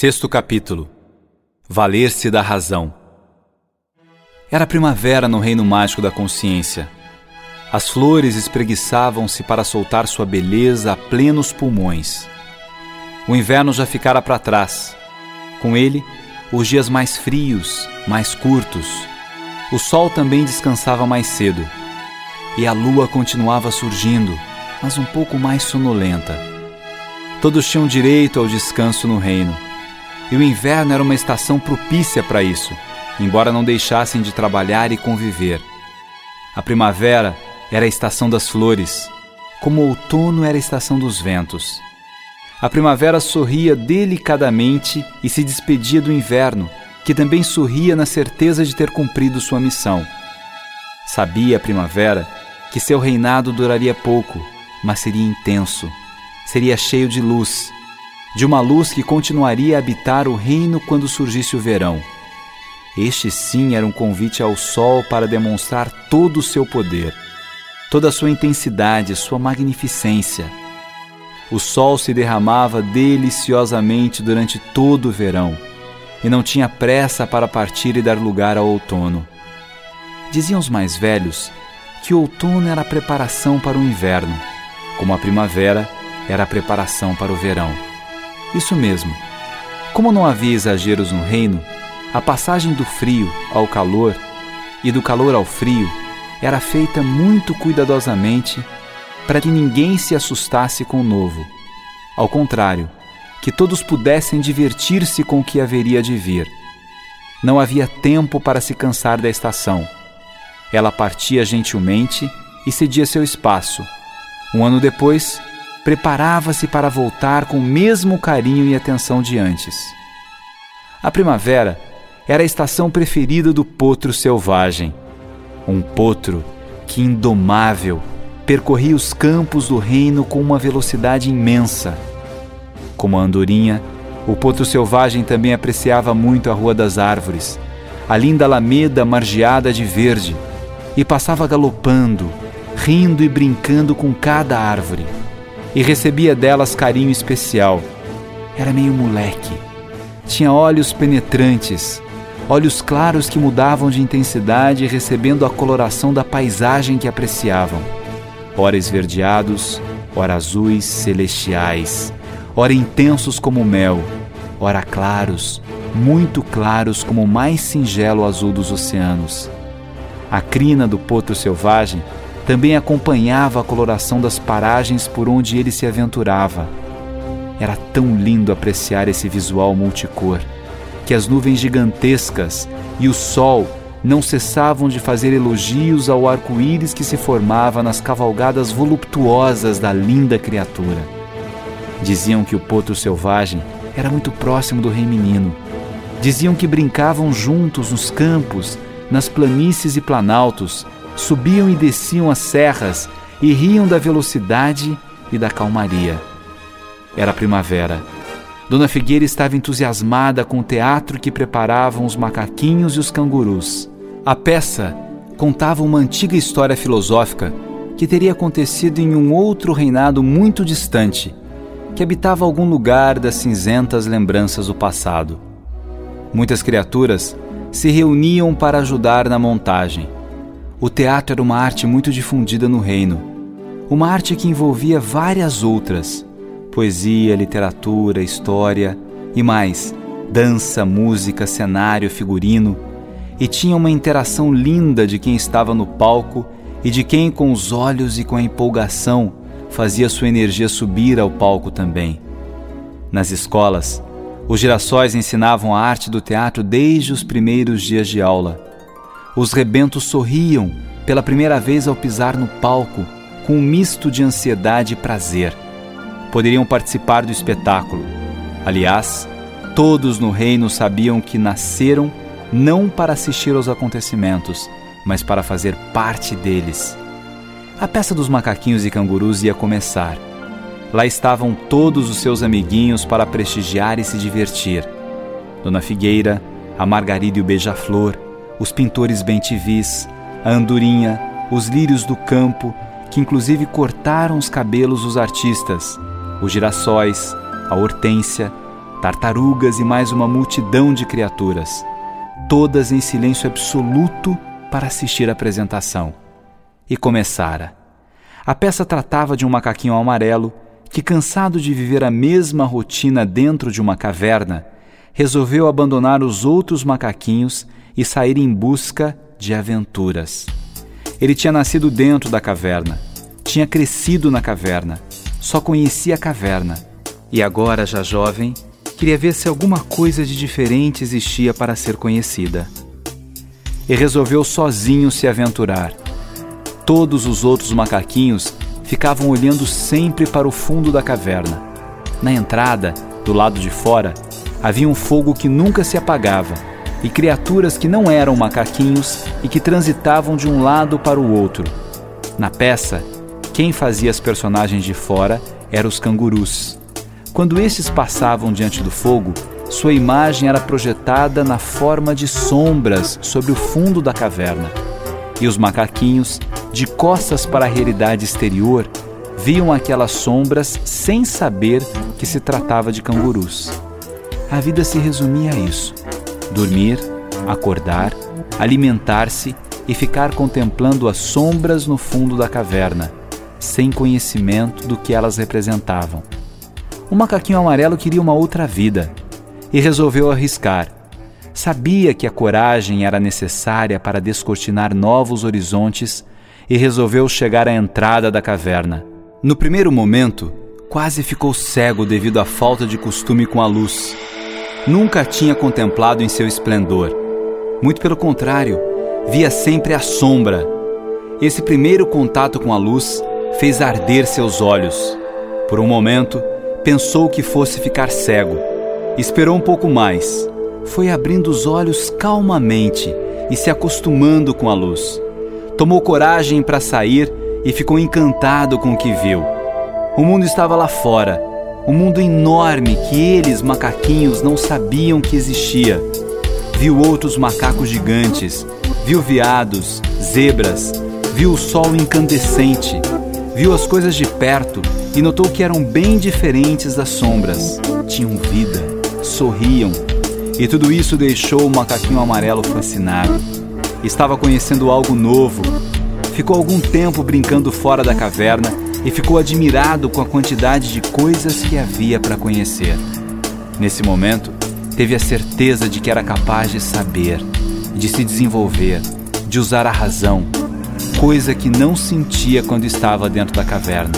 Sexto capítulo. Valer-se da razão. Era primavera no reino mágico da consciência. As flores espreguiçavam-se para soltar sua beleza a plenos pulmões. O inverno já ficara para trás. Com ele, os dias mais frios, mais curtos. O sol também descansava mais cedo. E a lua continuava surgindo, mas um pouco mais sonolenta. Todos tinham direito ao descanso no reino. E o inverno era uma estação propícia para isso, embora não deixassem de trabalhar e conviver. A primavera era a estação das flores, como o outono era a estação dos ventos. A primavera sorria delicadamente e se despedia do inverno, que também sorria na certeza de ter cumprido sua missão. Sabia a primavera que seu reinado duraria pouco, mas seria intenso, seria cheio de luz, de uma luz que continuaria a habitar o reino quando surgisse o verão. Este sim era um convite ao sol para demonstrar todo o seu poder, toda a sua intensidade, sua magnificência. O sol se derramava deliciosamente durante todo o verão e não tinha pressa para partir e dar lugar ao outono. Diziam os mais velhos que o outono era a preparação para o inverno, como a primavera era a preparação para o verão. Isso mesmo. Como não havia exageros no reino, a passagem do frio ao calor e do calor ao frio era feita muito cuidadosamente para que ninguém se assustasse com o novo. Ao contrário, que todos pudessem divertir-se com o que haveria de vir. Não havia tempo para se cansar da estação. Ela partia gentilmente e cedia seu espaço. Um ano depois, preparava-se para voltar com o mesmo carinho e atenção de antes. A primavera era a estação preferida do potro selvagem. Um potro que, indomável, percorria os campos do reino com uma velocidade imensa. Como a andorinha, o potro selvagem também apreciava muito a Rua das Árvores, a linda alameda margeada de verde, e passava galopando, rindo e brincando com cada árvore. E recebia delas carinho especial. Era meio moleque. Tinha olhos penetrantes, olhos claros que mudavam de intensidade recebendo a coloração da paisagem que apreciavam. Ora esverdeados, ora azuis celestiais, ora intensos como mel, ora claros, muito claros como o mais singelo azul dos oceanos. A crina do potro selvagem também acompanhava a coloração das paragens por onde ele se aventurava. Era tão lindo apreciar esse visual multicor, que as nuvens gigantescas e o sol não cessavam de fazer elogios ao arco-íris que se formava nas cavalgadas voluptuosas da linda criatura. Diziam que o potro selvagem era muito próximo do rei menino. Diziam que brincavam juntos nos campos, nas planícies e planaltos, subiam e desciam as serras e riam da velocidade e da calmaria. Era primavera. Dona Figueira estava entusiasmada com o teatro que preparavam os macaquinhos e os cangurus. A peça contava uma antiga história filosófica que teria acontecido em um outro reinado muito distante, que habitava algum lugar das cinzentas lembranças do passado. Muitas criaturas se reuniam para ajudar na montagem. O teatro era uma arte muito difundida no reino, uma arte que envolvia várias outras: poesia, literatura, história e mais, dança, música, cenário, figurino, e tinha uma interação linda de quem estava no palco e de quem, com os olhos e com a empolgação, fazia sua energia subir ao palco também. Nas escolas, os girassóis ensinavam a arte do teatro desde os primeiros dias de aula. Os rebentos sorriam pela primeira vez ao pisar no palco, com um misto de ansiedade e prazer. Poderiam participar do espetáculo. Aliás, todos no reino sabiam que nasceram não para assistir aos acontecimentos, mas para fazer parte deles. A peça dos macaquinhos e cangurus ia começar. Lá estavam todos os seus amiguinhos para prestigiar e se divertir. Dona Figueira, a Margarida e o Beija-Flor, os pintores bem-te-vis, a andorinha, os lírios do campo, que inclusive cortaram os cabelos dos artistas, os girassóis, a hortênsia, tartarugas e mais uma multidão de criaturas, todas em silêncio absoluto para assistir à apresentação. E começara. A peça tratava de um macaquinho amarelo que, cansado de viver a mesma rotina dentro de uma caverna, resolveu abandonar os outros macaquinhos e sair em busca de aventuras. Ele tinha nascido dentro da caverna, tinha crescido na caverna, só conhecia a caverna, e agora, já jovem, queria ver se alguma coisa de diferente existia para ser conhecida. E resolveu sozinho se aventurar. Todos os outros macaquinhos ficavam olhando sempre para o fundo da caverna. Na entrada, do lado de fora, havia um fogo que nunca se apagava e criaturas que não eram macaquinhos e que transitavam de um lado para o outro. Na peça, quem fazia as personagens de fora eram os cangurus. Quando estes passavam diante do fogo, sua imagem era projetada na forma de sombras sobre o fundo da caverna. E os macaquinhos, de costas para a realidade exterior, viam aquelas sombras sem saber que se tratava de cangurus. A vida se resumia a isso: dormir, acordar, alimentar-se e ficar contemplando as sombras no fundo da caverna, sem conhecimento do que elas representavam. O macaquinho amarelo queria uma outra vida e resolveu arriscar. Sabia que a coragem era necessária para descortinar novos horizontes e resolveu chegar à entrada da caverna. No primeiro momento, quase ficou cego devido à falta de costume com a luz. Nunca a tinha contemplado em seu esplendor. Muito pelo contrário, via sempre a sombra. Esse primeiro contato com a luz fez arder seus olhos. Por um momento, pensou que fosse ficar cego. Esperou um pouco mais. Foi abrindo os olhos calmamente e se acostumando com a luz. Tomou coragem para sair e ficou encantado com o que viu. O mundo estava lá fora, um mundo enorme que eles, macaquinhos, não sabiam que existia. Viu outros macacos gigantes, viu veados, zebras, viu o sol incandescente, viu as coisas de perto e notou que eram bem diferentes das sombras. Tinham vida, sorriam, e tudo isso deixou o macaquinho amarelo fascinado. Estava conhecendo algo novo. Ficou algum tempo brincando fora da caverna e ficou admirado com a quantidade de coisas que havia para conhecer. Nesse momento, teve a certeza de que era capaz de saber, de se desenvolver, de usar a razão, coisa que não sentia quando estava dentro da caverna.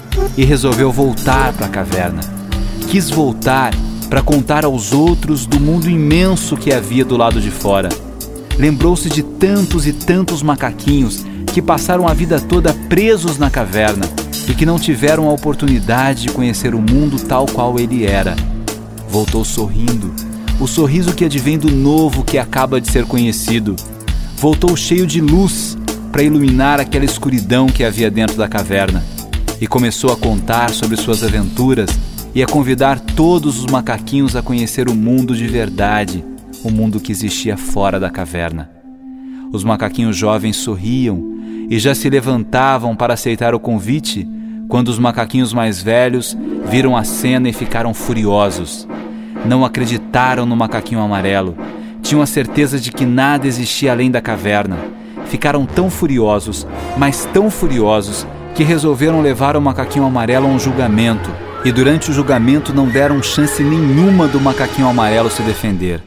E resolveu voltar para a caverna. Quis voltar para contar aos outros do mundo imenso que havia do lado de fora. Lembrou-se de tantos e tantos macaquinhos que passaram a vida toda presos na caverna e que não tiveram a oportunidade de conhecer o mundo tal qual ele era. Voltou sorrindo, o sorriso que advém do novo que acaba de ser conhecido. Voltou cheio de luz para iluminar aquela escuridão que havia dentro da caverna e começou a contar sobre suas aventuras e a convidar todos os macaquinhos a conhecer o mundo de verdade, o mundo que existia fora da caverna. Os macaquinhos jovens sorriam e já se levantavam para aceitar o convite, quando os macaquinhos mais velhos viram a cena e ficaram furiosos. Não acreditaram no macaquinho amarelo, tinham a certeza de que nada existia além da caverna. Ficaram tão furiosos, mas tão furiosos, que resolveram levar o macaquinho amarelo a um julgamento. E durante o julgamento não deram chance nenhuma do macaquinho amarelo se defender.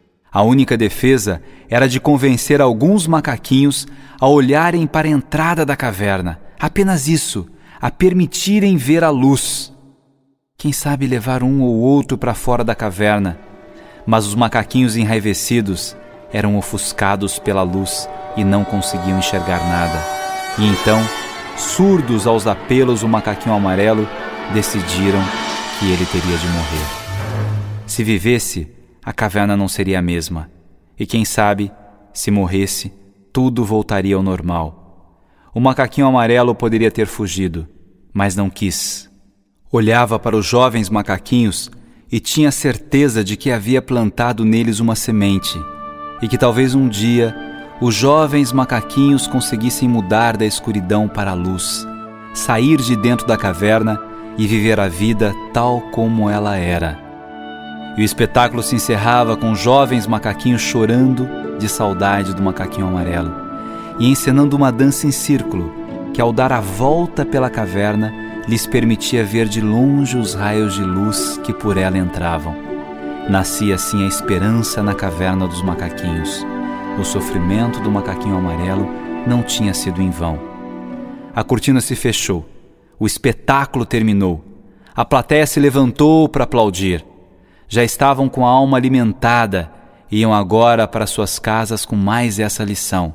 A única defesa era de convencer alguns macaquinhos a olharem para a entrada da caverna. Apenas isso, a permitirem ver a luz. Quem sabe levar um ou outro para fora da caverna. Mas os macaquinhos enraivecidos eram ofuscados pela luz e não conseguiam enxergar nada. E então, surdos aos apelos do macaquinho amarelo, decidiram que ele teria de morrer. Se vivesse, a caverna não seria a mesma. E quem sabe, se morresse, tudo voltaria ao normal. O macaquinho amarelo poderia ter fugido, mas não quis. Olhava para os jovens macaquinhos e tinha certeza de que havia plantado neles uma semente e que talvez um dia os jovens macaquinhos conseguissem mudar da escuridão para a luz, sair de dentro da caverna e viver a vida tal como ela era. E o espetáculo se encerrava com jovens macaquinhos chorando de saudade do macaquinho amarelo e encenando uma dança em círculo que, ao dar a volta pela caverna, lhes permitia ver de longe os raios de luz que por ela entravam. Nascia assim a esperança na caverna dos macaquinhos. O sofrimento do macaquinho amarelo não tinha sido em vão. A cortina se fechou. O espetáculo terminou. A plateia se levantou para aplaudir. Já estavam com a alma alimentada e iam agora para suas casas com mais essa lição.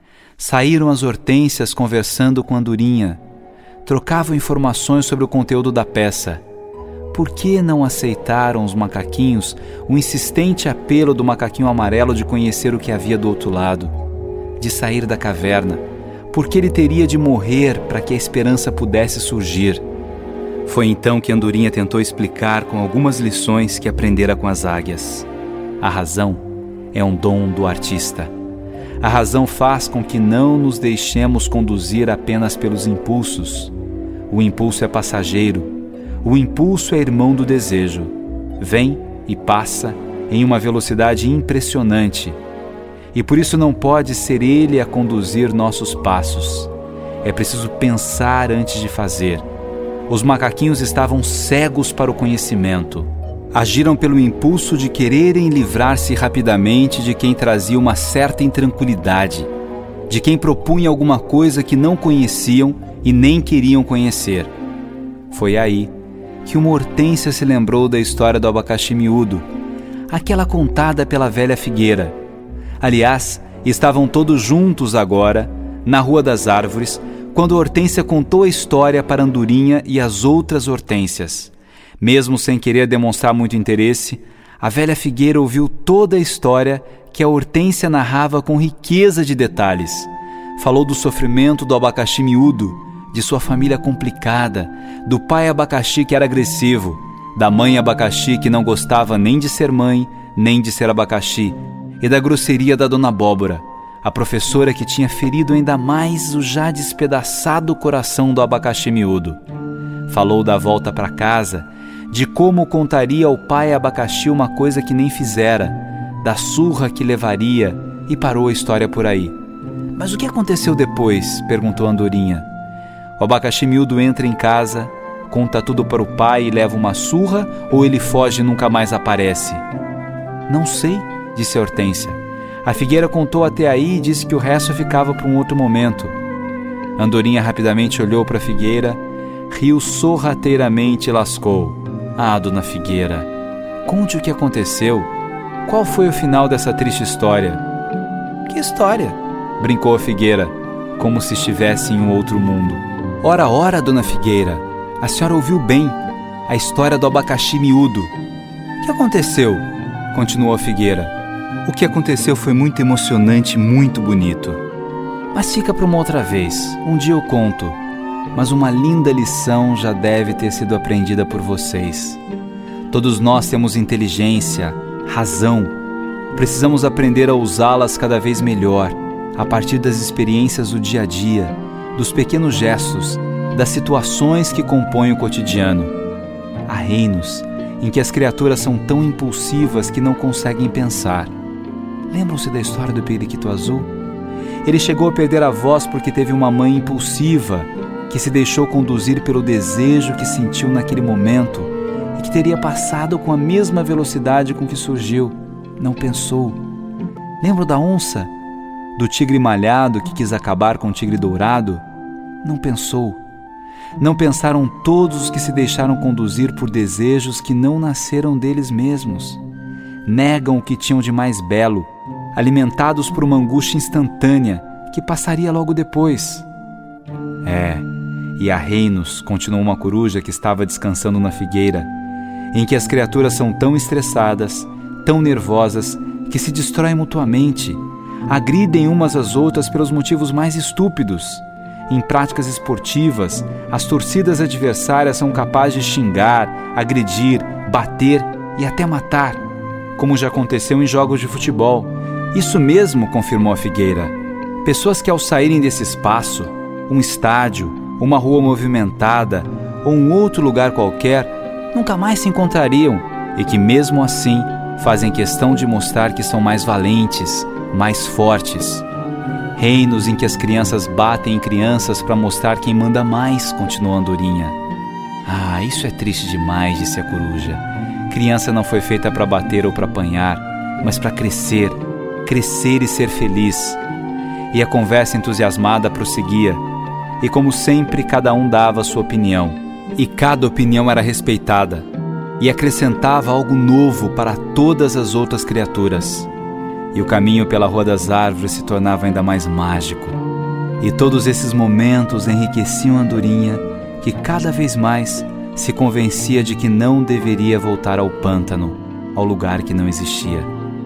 Saíram as hortênsias conversando com a Andorinha. Trocavam informações sobre o conteúdo da peça. Por que não aceitaram os macaquinhos o insistente apelo do macaquinho amarelo de conhecer o que havia do outro lado, de sair da caverna? Por que ele teria de morrer para que a esperança pudesse surgir? Foi então que a Andorinha tentou explicar com algumas lições que aprendera com as águias. A razão é um dom do artista. A razão faz com que não nos deixemos conduzir apenas pelos impulsos. O impulso é passageiro. O impulso é irmão do desejo. Vem e passa em uma velocidade impressionante. E por isso não pode ser ele a conduzir nossos passos. É preciso pensar antes de fazer. Os macaquinhos estavam cegos para o conhecimento. Agiram pelo impulso de quererem livrar-se rapidamente de quem trazia uma certa intranquilidade, de quem propunha alguma coisa que não conheciam e nem queriam conhecer. Foi aí que uma hortênsia se lembrou da história do abacaxi miúdo, aquela contada pela velha figueira. Aliás, estavam todos juntos agora, na Rua das Árvores, quando a Hortênsia contou a história para a Andorinha e as outras hortênsias. Mesmo sem querer demonstrar muito interesse, a velha figueira ouviu toda a história que a Hortênsia narrava com riqueza de detalhes. Falou do sofrimento do abacaxi miúdo, de sua família complicada, do pai abacaxi que era agressivo, da mãe abacaxi que não gostava nem de ser mãe, nem de ser abacaxi, e da grosseria da dona Abóbora, a professora que tinha ferido ainda mais o já despedaçado coração do abacaxi miúdo. Falou da volta para casa, de como contaria ao pai abacaxi uma coisa que nem fizera, da surra que levaria, e parou a história por aí. Mas o que aconteceu depois? Perguntou a Andorinha. O abacaxi miúdo entra em casa, conta tudo para o pai e leva uma surra, ou ele foge e nunca mais aparece? Não sei, disse a Hortênsia. A figueira contou até aí e disse que o resto ficava para um outro momento. A Andorinha rapidamente olhou para a figueira, riu sorrateiramente e lascou. Ah, dona Figueira, conte o que aconteceu. Qual foi o final dessa triste história? Que história? Brincou a figueira, como se estivesse em um outro mundo. Ora, ora, dona Figueira, a senhora ouviu bem, a história do abacaxi miúdo. O que aconteceu? Continuou a figueira. O que aconteceu foi muito emocionante, muito bonito. Mas fica para uma outra vez, um dia eu conto. Mas uma linda lição já deve ter sido aprendida por vocês. Todos nós temos inteligência, razão. Precisamos aprender a usá-las cada vez melhor, a partir das experiências do dia a dia, dos pequenos gestos, das situações que compõem o cotidiano. Há reinos em que as criaturas são tão impulsivas que não conseguem pensar. Lembram-se da história do periquito azul? Ele chegou a perder a voz porque teve uma mãe impulsiva que se deixou conduzir pelo desejo que sentiu naquele momento e que teria passado com a mesma velocidade com que surgiu. Não pensou. Lembram da onça? Do tigre malhado que quis acabar com o tigre dourado? Não pensou. Não pensaram todos os que se deixaram conduzir por desejos que não nasceram deles mesmos. Negam o que tinham de mais belo, alimentados por uma angústia instantânea que passaria logo depois. E há reinos, continuou uma coruja que estava descansando na figueira, em que as criaturas são tão estressadas, tão nervosas, que se destroem mutuamente, agridem umas às outras pelos motivos mais estúpidos. Em práticas esportivas, as torcidas adversárias são capazes de xingar, agredir, bater e até matar, como já aconteceu em jogos de futebol. Isso mesmo, confirmou a figueira. Pessoas que ao saírem desse espaço, um estádio, uma rua movimentada ou um outro lugar qualquer, nunca mais se encontrariam, e que mesmo assim fazem questão de mostrar que são mais valentes, mais fortes. Reinos em que as crianças batem em crianças para mostrar quem manda mais, continuou a andorinha. Ah, isso é triste demais, disse a coruja. Criança não foi feita para bater ou para apanhar, mas para crescer e ser feliz. E a conversa entusiasmada prosseguia, e como sempre cada um dava a sua opinião, e cada opinião era respeitada, e acrescentava algo novo para todas as outras criaturas. E o caminho pela Rua das Árvores se tornava ainda mais mágico. E todos esses momentos enriqueciam a andorinha, que cada vez mais se convencia de que não deveria voltar ao pântano, ao lugar que não existia.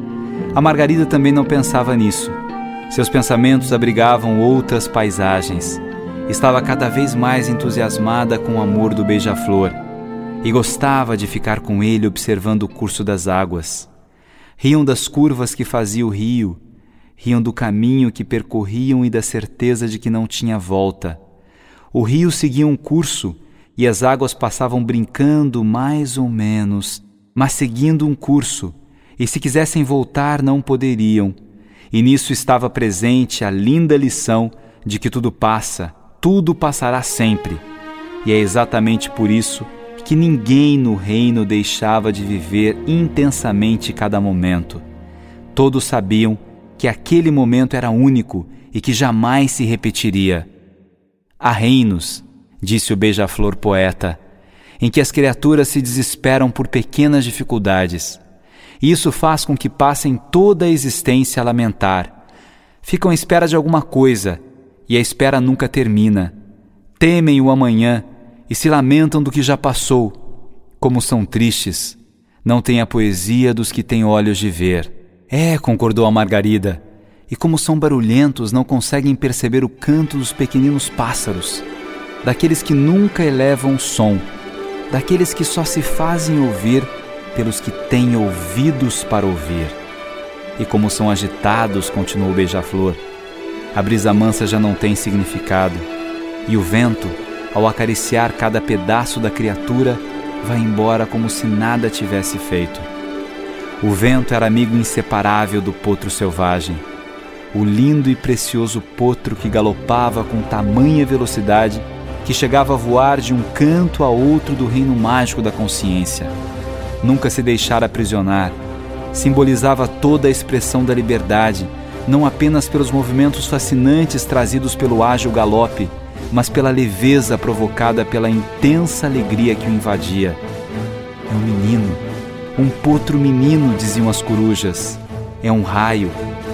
A Margarida também não pensava nisso. Seus pensamentos abrigavam outras paisagens. Estava cada vez mais entusiasmada com o amor do beija-flor e gostava de ficar com ele observando o curso das águas. Riam das curvas que fazia o rio, riam do caminho que percorriam e da certeza de que não tinha volta. O rio seguia um curso e as águas passavam brincando mais ou menos, mas seguindo um curso, e se quisessem voltar não poderiam. E nisso estava presente a linda lição de que tudo passa, tudo passará sempre. E é exatamente por isso que ninguém no reino deixava de viver intensamente cada momento. Todos sabiam que aquele momento era único e que jamais se repetiria. Há reinos, disse o beija-flor poeta, em que as criaturas se desesperam por pequenas dificuldades. E isso faz com que passem toda a existência a lamentar. Ficam à espera de alguma coisa, e a espera nunca termina. Temem o amanhã e se lamentam do que já passou. Como são tristes, não têm a poesia dos que têm olhos de ver. É, concordou a Margarida, e como são barulhentos, não conseguem perceber o canto dos pequeninos pássaros, daqueles que nunca elevam som, daqueles que só se fazem ouvir pelos que têm ouvidos para ouvir. E como são agitados, continuou o beija-flor, a brisa mansa já não tem significado, e o vento, ao acariciar cada pedaço da criatura, vai embora como se nada tivesse feito. O vento era amigo inseparável do potro selvagem, o lindo e precioso potro que galopava com tamanha velocidade que chegava a voar de um canto a outro do reino mágico da consciência. Nunca se deixara aprisionar, simbolizava toda a expressão da liberdade, não apenas pelos movimentos fascinantes trazidos pelo ágil galope, mas pela leveza provocada pela intensa alegria que o invadia. É um menino, um potro menino, diziam as corujas. É um raio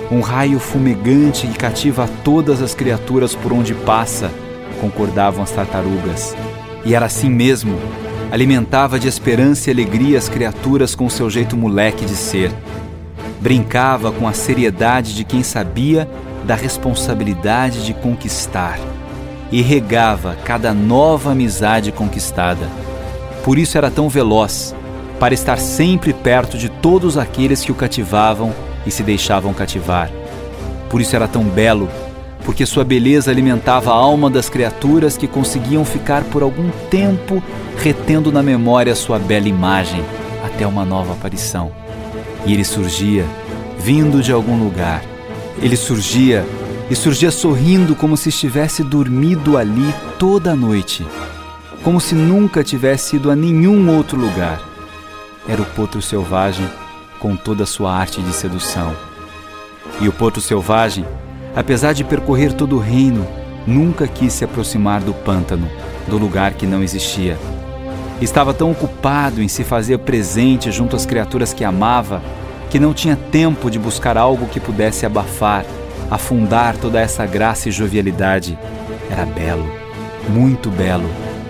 fumegante que cativa todas as criaturas por onde passa, concordavam as tartarugas. E era assim mesmo, alimentava de esperança e alegria as criaturas com seu jeito moleque de ser. Brincava com a seriedade de quem sabia da responsabilidade de conquistar. E regava cada nova amizade conquistada. Por isso era tão veloz, para estar sempre perto de todos aqueles que o cativavam e se deixavam cativar. Por isso era tão belo, porque sua beleza alimentava a alma das criaturas que conseguiam ficar por algum tempo retendo na memória sua bela imagem até uma nova aparição. E ele surgia, vindo de algum lugar. Ele surgia sorrindo como se estivesse dormido ali toda a noite, como se nunca tivesse ido a nenhum outro lugar. Era o potro selvagem com toda a sua arte de sedução. E o potro selvagem, apesar de percorrer todo o reino, nunca quis se aproximar do pântano, do lugar que não existia. Estava tão ocupado em se fazer presente junto às criaturas que amava, que não tinha tempo de buscar algo que pudesse abafar, afundar toda essa graça e jovialidade. Era belo, muito belo,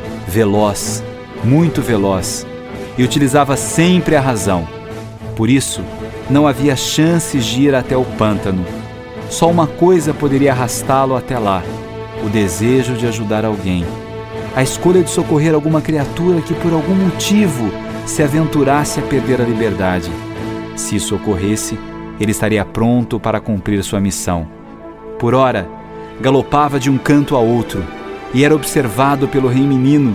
veloz, muito veloz, e utilizava sempre a razão. Por isso, não havia chances de ir até o pântano. Só uma coisa poderia arrastá-lo até lá: o desejo de ajudar alguém, a escolha de socorrer alguma criatura que por algum motivo se aventurasse a perder a liberdade. Se isso ocorresse, ele estaria pronto para cumprir sua missão. Por ora, galopava de um canto a outro e era observado pelo rei menino,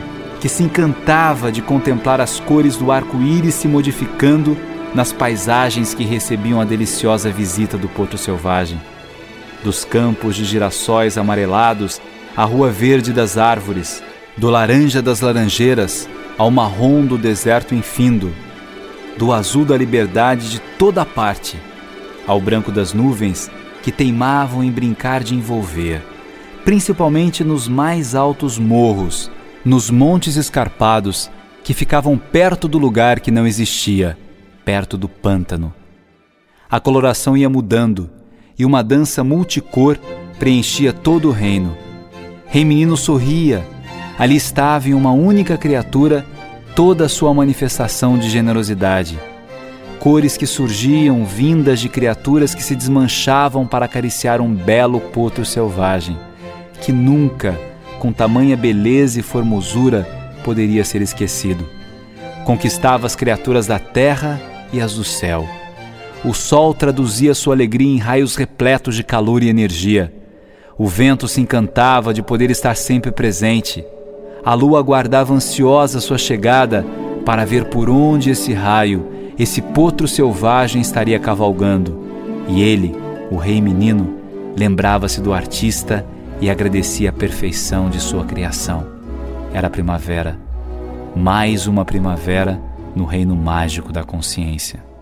que se encantava de contemplar as cores do arco-íris se modificando nas paisagens que recebiam a deliciosa visita do potro selvagem. Dos campos de girassóis amarelados à rua verde das árvores, do laranja das laranjeiras ao marrom do deserto infindo, do azul da liberdade de toda a parte, ao branco das nuvens que teimavam em brincar de envolver, principalmente nos mais altos morros, nos montes escarpados que ficavam perto do lugar que não existia, perto do pântano. A coloração ia mudando e uma dança multicor preenchia todo o reino. Rei Menino sorria. Ali estava em uma única criatura toda a sua manifestação de generosidade. Cores que surgiam vindas de criaturas que se desmanchavam para acariciar um belo potro selvagem, que nunca, com tamanha beleza e formosura, poderia ser esquecido. Conquistava as criaturas da terra e as do céu. O sol traduzia sua alegria em raios repletos de calor e energia. O vento se encantava de poder estar sempre presente. A lua aguardava ansiosa sua chegada para ver por onde esse raio, esse potro selvagem estaria cavalgando. E ele, o Rei Menino, lembrava-se do artista e agradecia a perfeição de sua criação. Era primavera, mais uma primavera no reino mágico da consciência.